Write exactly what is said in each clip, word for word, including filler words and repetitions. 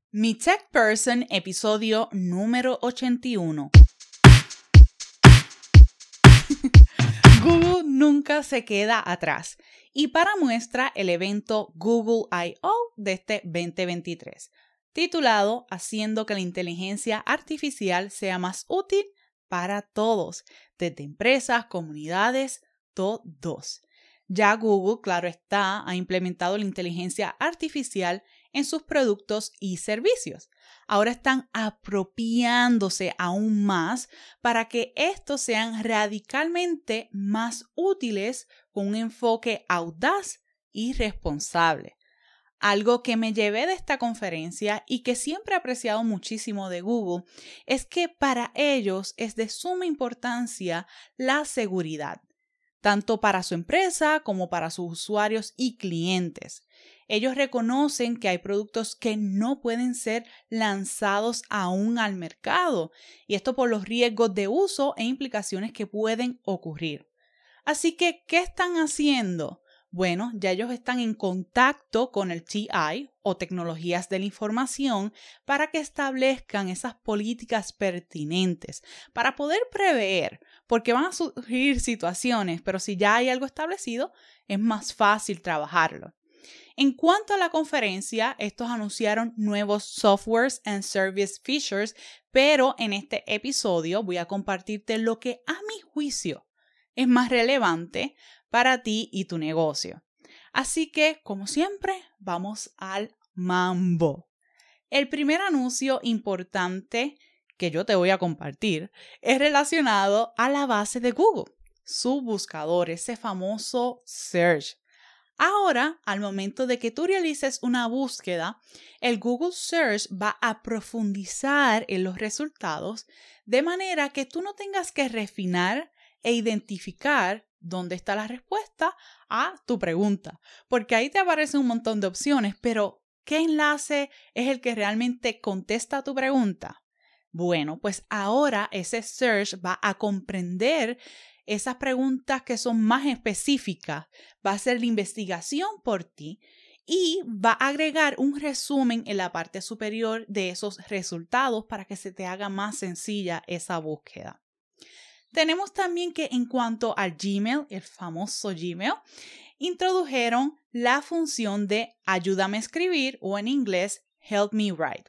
Mi Tech Person, episodio número ochenta y uno. Google nunca se queda atrás. Y para muestra el evento Google I O de este veinte veintitrés, titulado Haciendo que la inteligencia artificial sea más útil para todos, desde empresas, comunidades, todos. Ya Google, claro está, ha implementado la inteligencia artificial en sus productos y servicios. Ahora están apropiándose aún más para que estos sean radicalmente más útiles con un enfoque audaz y responsable. Algo que me llevé de esta conferencia y que siempre he apreciado muchísimo de Google es que para ellos es de suma importancia la seguridad, tanto para su empresa como para sus usuarios y clientes. Ellos reconocen que hay productos que no pueden ser lanzados aún al mercado, y esto por los riesgos de uso e implicaciones que pueden ocurrir. Así que, ¿qué están haciendo? Bueno, ya ellos están en contacto con el T I o Tecnologías de la Información para que establezcan esas políticas pertinentes para poder prever, porque van a surgir situaciones, pero si ya hay algo establecido, es más fácil trabajarlo. En cuanto a la conferencia, estos anunciaron nuevos softwares and service features, pero en este episodio voy a compartirte lo que a mi juicio es más relevante para ti y tu negocio. Así que, como siempre, vamos al mambo. El primer anuncio importante que yo te voy a compartir es relacionado a la base de Google, su buscador, ese famoso search. Ahora, al momento de que tú realices una búsqueda, el Google Search va a profundizar en los resultados de manera que tú no tengas que refinar e identificar dónde está la respuesta a tu pregunta, porque ahí te aparecen un montón de opciones, pero ¿qué enlace es el que realmente contesta a tu pregunta? Bueno, pues ahora ese search va a comprender esas preguntas que son más específicas, va a hacer la investigación por ti y va a agregar un resumen en la parte superior de esos resultados para que se te haga más sencilla esa búsqueda. Tenemos también que en cuanto al Gmail, el famoso Gmail, introdujeron la función de ayúdame a escribir o en inglés help me write.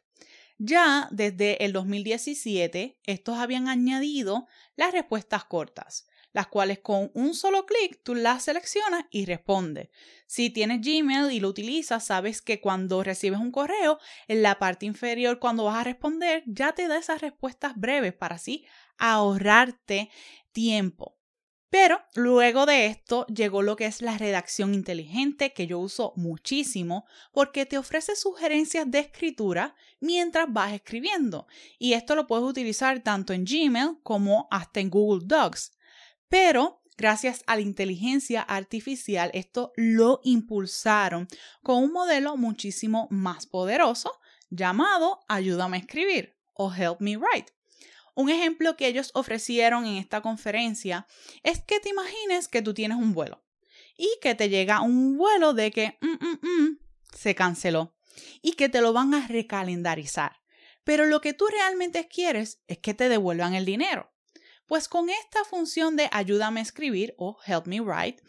Ya desde el dos mil diecisiete, estos habían añadido las respuestas cortas, las cuales con un solo clic tú las seleccionas y respondes. Si tienes Gmail y lo utilizas, sabes que cuando recibes un correo, en la parte inferior cuando vas a responder, ya te da esas respuestas breves para así ahorrarte tiempo. Pero luego de esto llegó lo que es la redacción inteligente, que yo uso muchísimo porque te ofrece sugerencias de escritura mientras vas escribiendo. Y esto lo puedes utilizar tanto en Gmail como hasta en Google Docs. Pero gracias a la inteligencia artificial, esto lo impulsaron con un modelo muchísimo más poderoso llamado Ayúdame a escribir o Help Me Write. Un ejemplo que ellos ofrecieron en esta conferencia es que te imagines que tú tienes un vuelo y que te llega un vuelo de que mm, mm, mm, se canceló y que te lo van a recalendarizar. Pero lo que tú realmente quieres es que te devuelvan el dinero. Pues con esta función de Ayúdame a escribir o Help Me Write,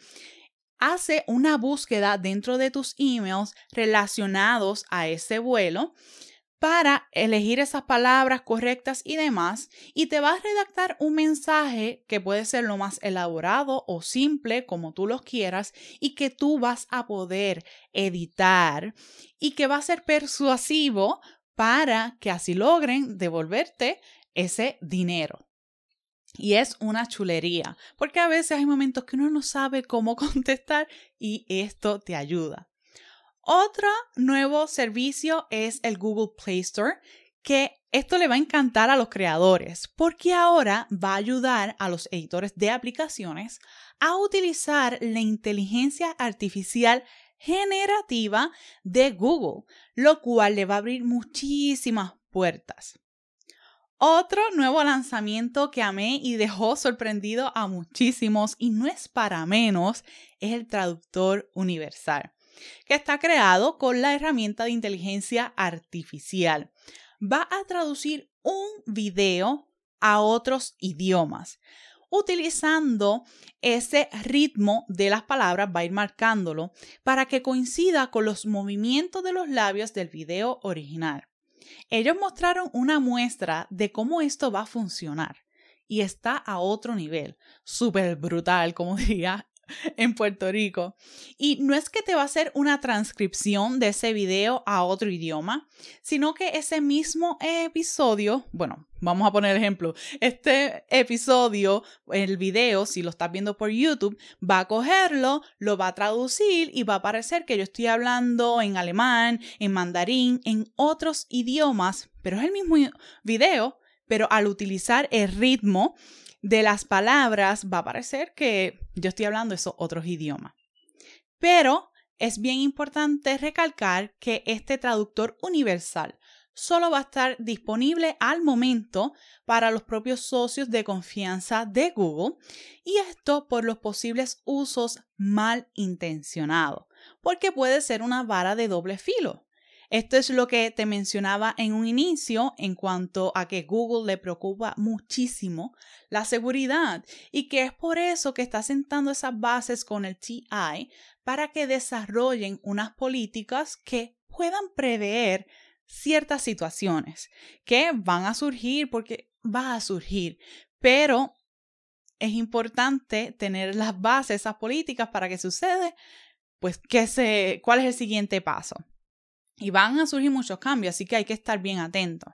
hace una búsqueda dentro de tus emails relacionados a ese vuelo para elegir esas palabras correctas y demás, y te va a redactar un mensaje que puede ser lo más elaborado o simple, como tú los quieras, y que tú vas a poder editar y que va a ser persuasivo para que así logren devolverte ese dinero. Y es una chulería, porque a veces hay momentos que uno no sabe cómo contestar y esto te ayuda. Otro nuevo servicio es el Google Play Store, que esto le va a encantar a los creadores porque ahora va a ayudar a los editores de aplicaciones a utilizar la inteligencia artificial generativa de Google, lo cual le va a abrir muchísimas puertas. Otro nuevo lanzamiento que amé y dejó sorprendido a muchísimos, y no es para menos, es el traductor universal. que está creado con la herramienta de inteligencia artificial. Va a traducir un video a otros idiomas. Utilizando ese ritmo de las palabras, va a ir marcándolo para que coincida con los movimientos de los labios del video original. Ellos mostraron una muestra de cómo esto va a funcionar y está a otro nivel, súper brutal, como diría en Puerto Rico. Y no es que te va a hacer una transcripción de ese video a otro idioma, sino que ese mismo episodio, bueno, vamos a poner ejemplo, este episodio, el video, si lo estás viendo por YouTube, va a cogerlo, lo va a traducir y va a aparecer que yo estoy hablando en alemán, en mandarín, en otros idiomas, pero es el mismo video, pero al utilizar el ritmo de las palabras va a parecer que yo estoy hablando esos otros idiomas. Pero es bien importante recalcar que este traductor universal solo va a estar disponible al momento para los propios socios de confianza de Google, y esto por los posibles usos malintencionados, porque puede ser una vara de doble filo. Esto es lo que te mencionaba en un inicio en cuanto a que Google le preocupa muchísimo la seguridad y que es por eso que está sentando esas bases con el T I para que desarrollen unas políticas que puedan prever ciertas situaciones que van a surgir porque va a surgir, pero es importante tener las bases, esas políticas para que suceda, pues que se, ¿cuál es el siguiente paso? Y van a surgir muchos cambios, así que hay que estar bien atentos.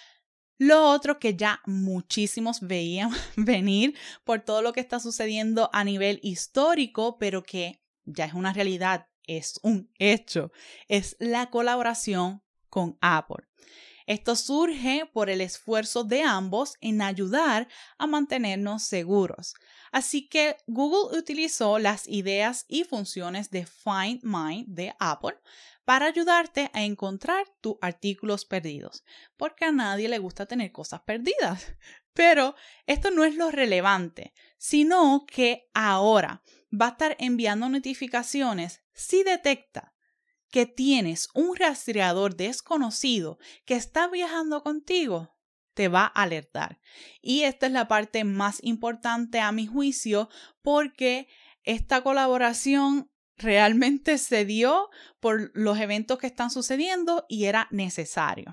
Lo otro que ya muchísimos veían venir por todo lo que está sucediendo a nivel histórico, pero que ya es una realidad, es un hecho, es la colaboración con Apple. Esto surge por el esfuerzo de ambos en ayudar a mantenernos seguros. Así que Google utilizó las ideas y funciones de Find My de Apple para ayudarte a encontrar tus artículos perdidos, porque a nadie le gusta tener cosas perdidas. Pero esto no es lo relevante, sino que ahora va a estar enviando notificaciones si detecta que tienes un rastreador desconocido que está viajando contigo, te va a alertar. Y esta es la parte más importante a mi juicio, porque esta colaboración realmente se dio por los eventos que están sucediendo y era necesario.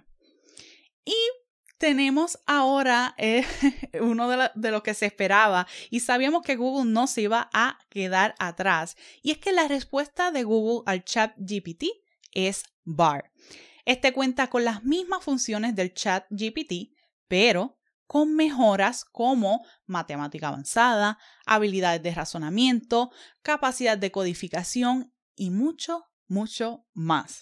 Y tenemos ahora eh, uno de, la, de lo que se esperaba y sabíamos que Google no se iba a quedar atrás. Y es que la respuesta de Google al ChatGPT es Bard. Este cuenta con las mismas funciones del ChatGPT, pero con mejoras como matemática avanzada, habilidades de razonamiento, capacidad de codificación y mucho, mucho más.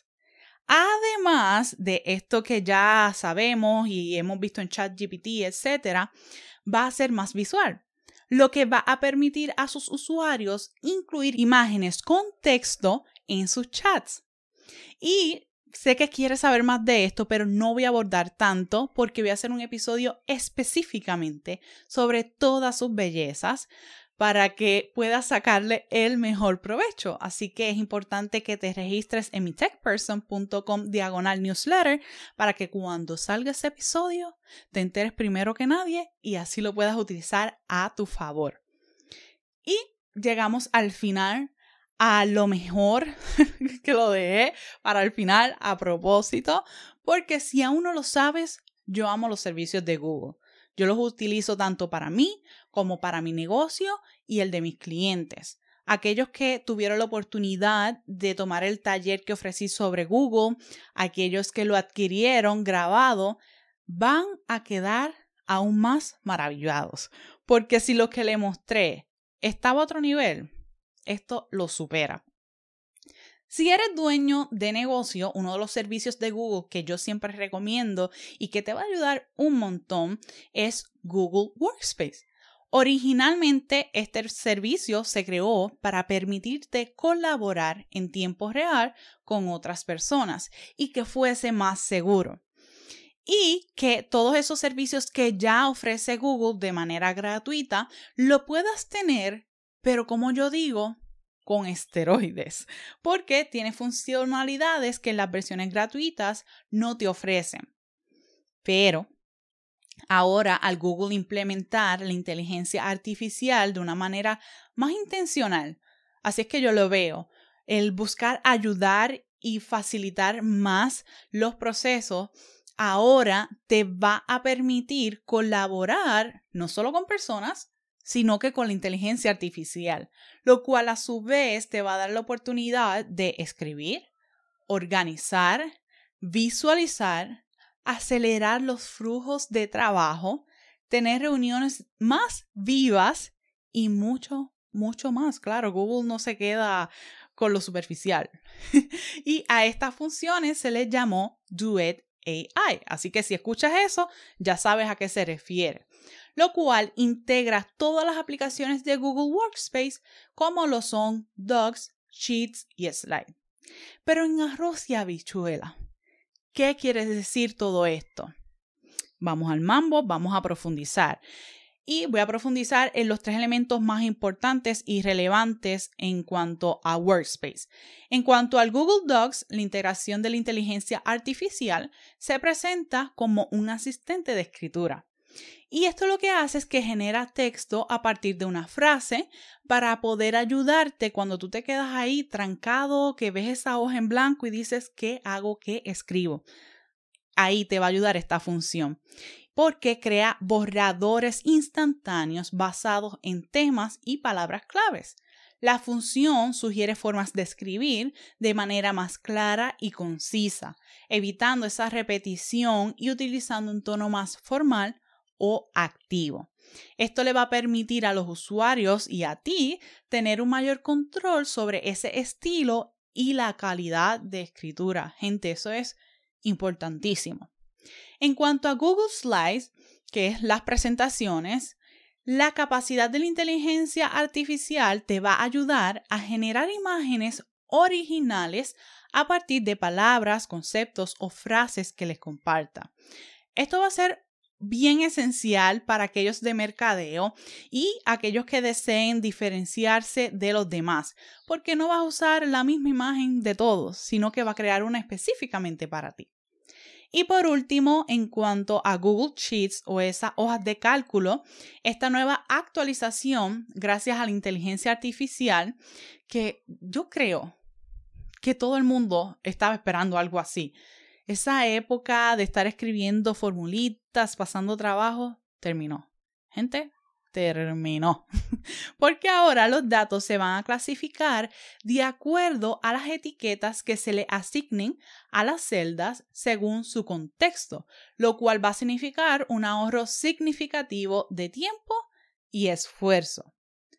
Además de esto que ya sabemos y hemos visto en ChatGPT, etcétera, va a ser más visual, lo que va a permitir a sus usuarios incluir imágenes con texto en sus chats. Y sé que quieres saber más de esto, pero no voy a abordar tanto porque voy a hacer un episodio específicamente sobre todas sus bellezas para que puedas sacarle el mejor provecho. Así que es importante que te registres en mi techperson punto com diagonal newsletter para que cuando salga ese episodio te enteres primero que nadie y así lo puedas utilizar a tu favor. Y llegamos al final, a lo mejor que lo dejé para el final a propósito, porque si aún no lo sabes, yo amo los servicios de Google. Yo los utilizo tanto para mí como para mi negocio y el de mis clientes. Aquellos que tuvieron la oportunidad de tomar el taller que ofrecí sobre Google, aquellos que lo adquirieron grabado, van a quedar aún más maravillados. Porque si lo que le mostré estaba a otro nivel, esto lo supera. Si eres dueño de negocio, uno de los servicios de Google que yo siempre recomiendo y que te va a ayudar un montón es Google Workspace. Originalmente, este servicio se creó para permitirte colaborar en tiempo real con otras personas y que fuese más seguro. Y que todos esos servicios que ya ofrece Google de manera gratuita lo puedas tener, pero como yo digo, con esteroides, porque tiene funcionalidades que las versiones gratuitas no te ofrecen. Pero ahora, al Google implementar la inteligencia artificial de una manera más intencional, así es que yo lo veo, el buscar ayudar y facilitar más los procesos, ahora te va a permitir colaborar no solo con personas, sino que con la inteligencia artificial, lo cual a su vez te va a dar la oportunidad de escribir, organizar, visualizar, acelerar los flujos de trabajo, tener reuniones más vivas y mucho, mucho más. Claro, Google no se queda con lo superficial. Y a estas funciones se les llamó Duet A I. Así que si escuchas eso, ya sabes a qué se refiere. Lo cual integra todas las aplicaciones de Google Workspace como lo son Docs, Sheets y Slide. Pero en arroz y habichuela, ¿qué quiere decir todo esto? Vamos al mambo, vamos a profundizar. Y voy a profundizar en los tres elementos más importantes y relevantes en cuanto a Workspace. En cuanto al Google Docs, la integración de la inteligencia artificial se presenta como un asistente de escritura. Y esto lo que hace es que genera texto a partir de una frase para poder ayudarte cuando tú te quedas ahí trancado, que ves esa hoja en blanco y dices, ¿qué hago? ¿Qué escribo? Ahí te va a ayudar esta función, porque crea borradores instantáneos basados en temas y palabras claves. La función sugiere formas de escribir de manera más clara y concisa, evitando esa repetición y utilizando un tono más formal o activo. Esto le va a permitir a los usuarios y a ti tener un mayor control sobre ese estilo y la calidad de escritura. Gente, eso es importantísimo. En cuanto a Google Slides, que es las presentaciones, la capacidad de la inteligencia artificial te va a ayudar a generar imágenes originales a partir de palabras, conceptos o frases que les comparta. Esto va a ser bien esencial para aquellos de mercadeo y aquellos que deseen diferenciarse de los demás, porque no vas a usar la misma imagen de todos, sino que va a crear una específicamente para ti. Y por último, en cuanto a Google Sheets o esas hojas de cálculo, esta nueva actualización, gracias a la inteligencia artificial, que yo creo que todo el mundo estaba esperando algo así. Esa época de estar escribiendo formulitas, pasando trabajo, terminó. Gente, terminó. Porque ahora los datos se van a clasificar de acuerdo a las etiquetas que se le asignen a las celdas según su contexto, lo cual va a significar un ahorro significativo de tiempo y esfuerzo.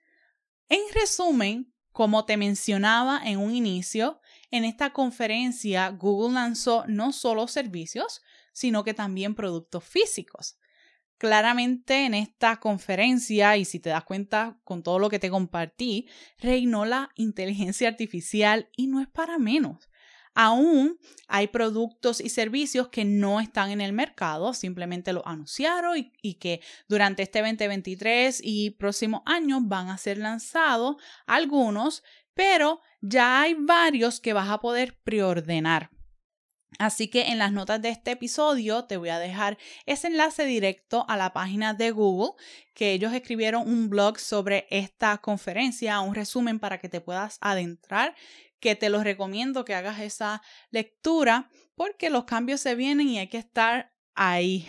En resumen, como te mencionaba en un inicio, en esta conferencia Google lanzó no solo servicios, sino que también productos físicos. Claramente en esta conferencia, y si te das cuenta con todo lo que te compartí, reinó la inteligencia artificial y no es para menos. Aún hay productos y servicios que no están en el mercado, simplemente los anunciaron y, y que durante este veinte veintitrés y próximos años van a ser lanzados algunos, pero ya hay varios que vas a poder preordenar. Así que en las notas de este episodio te voy a dejar ese enlace directo a la página de Google, que ellos escribieron un blog sobre esta conferencia, un resumen para que te puedas adentrar, que te los recomiendo que hagas esa lectura porque los cambios se vienen y hay que estar ahí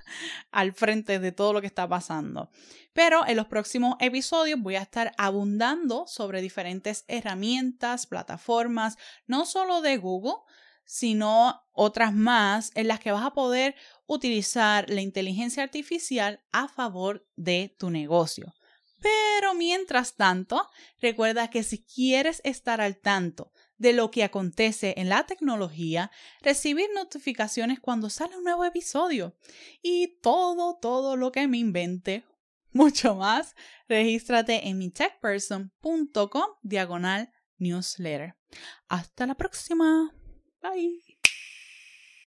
al frente de todo lo que está pasando. Pero en los próximos episodios voy a estar abundando sobre diferentes herramientas, plataformas, no solo de Google, sino otras más en las que vas a poder utilizar la inteligencia artificial a favor de tu negocio. Pero mientras tanto, recuerda que si quieres estar al tanto de lo que acontece en la tecnología, recibir notificaciones cuando sale un nuevo episodio y todo, todo lo que me invente, mucho más, regístrate en mi techperson punto com diagonal newsletter. Hasta la próxima. Bye.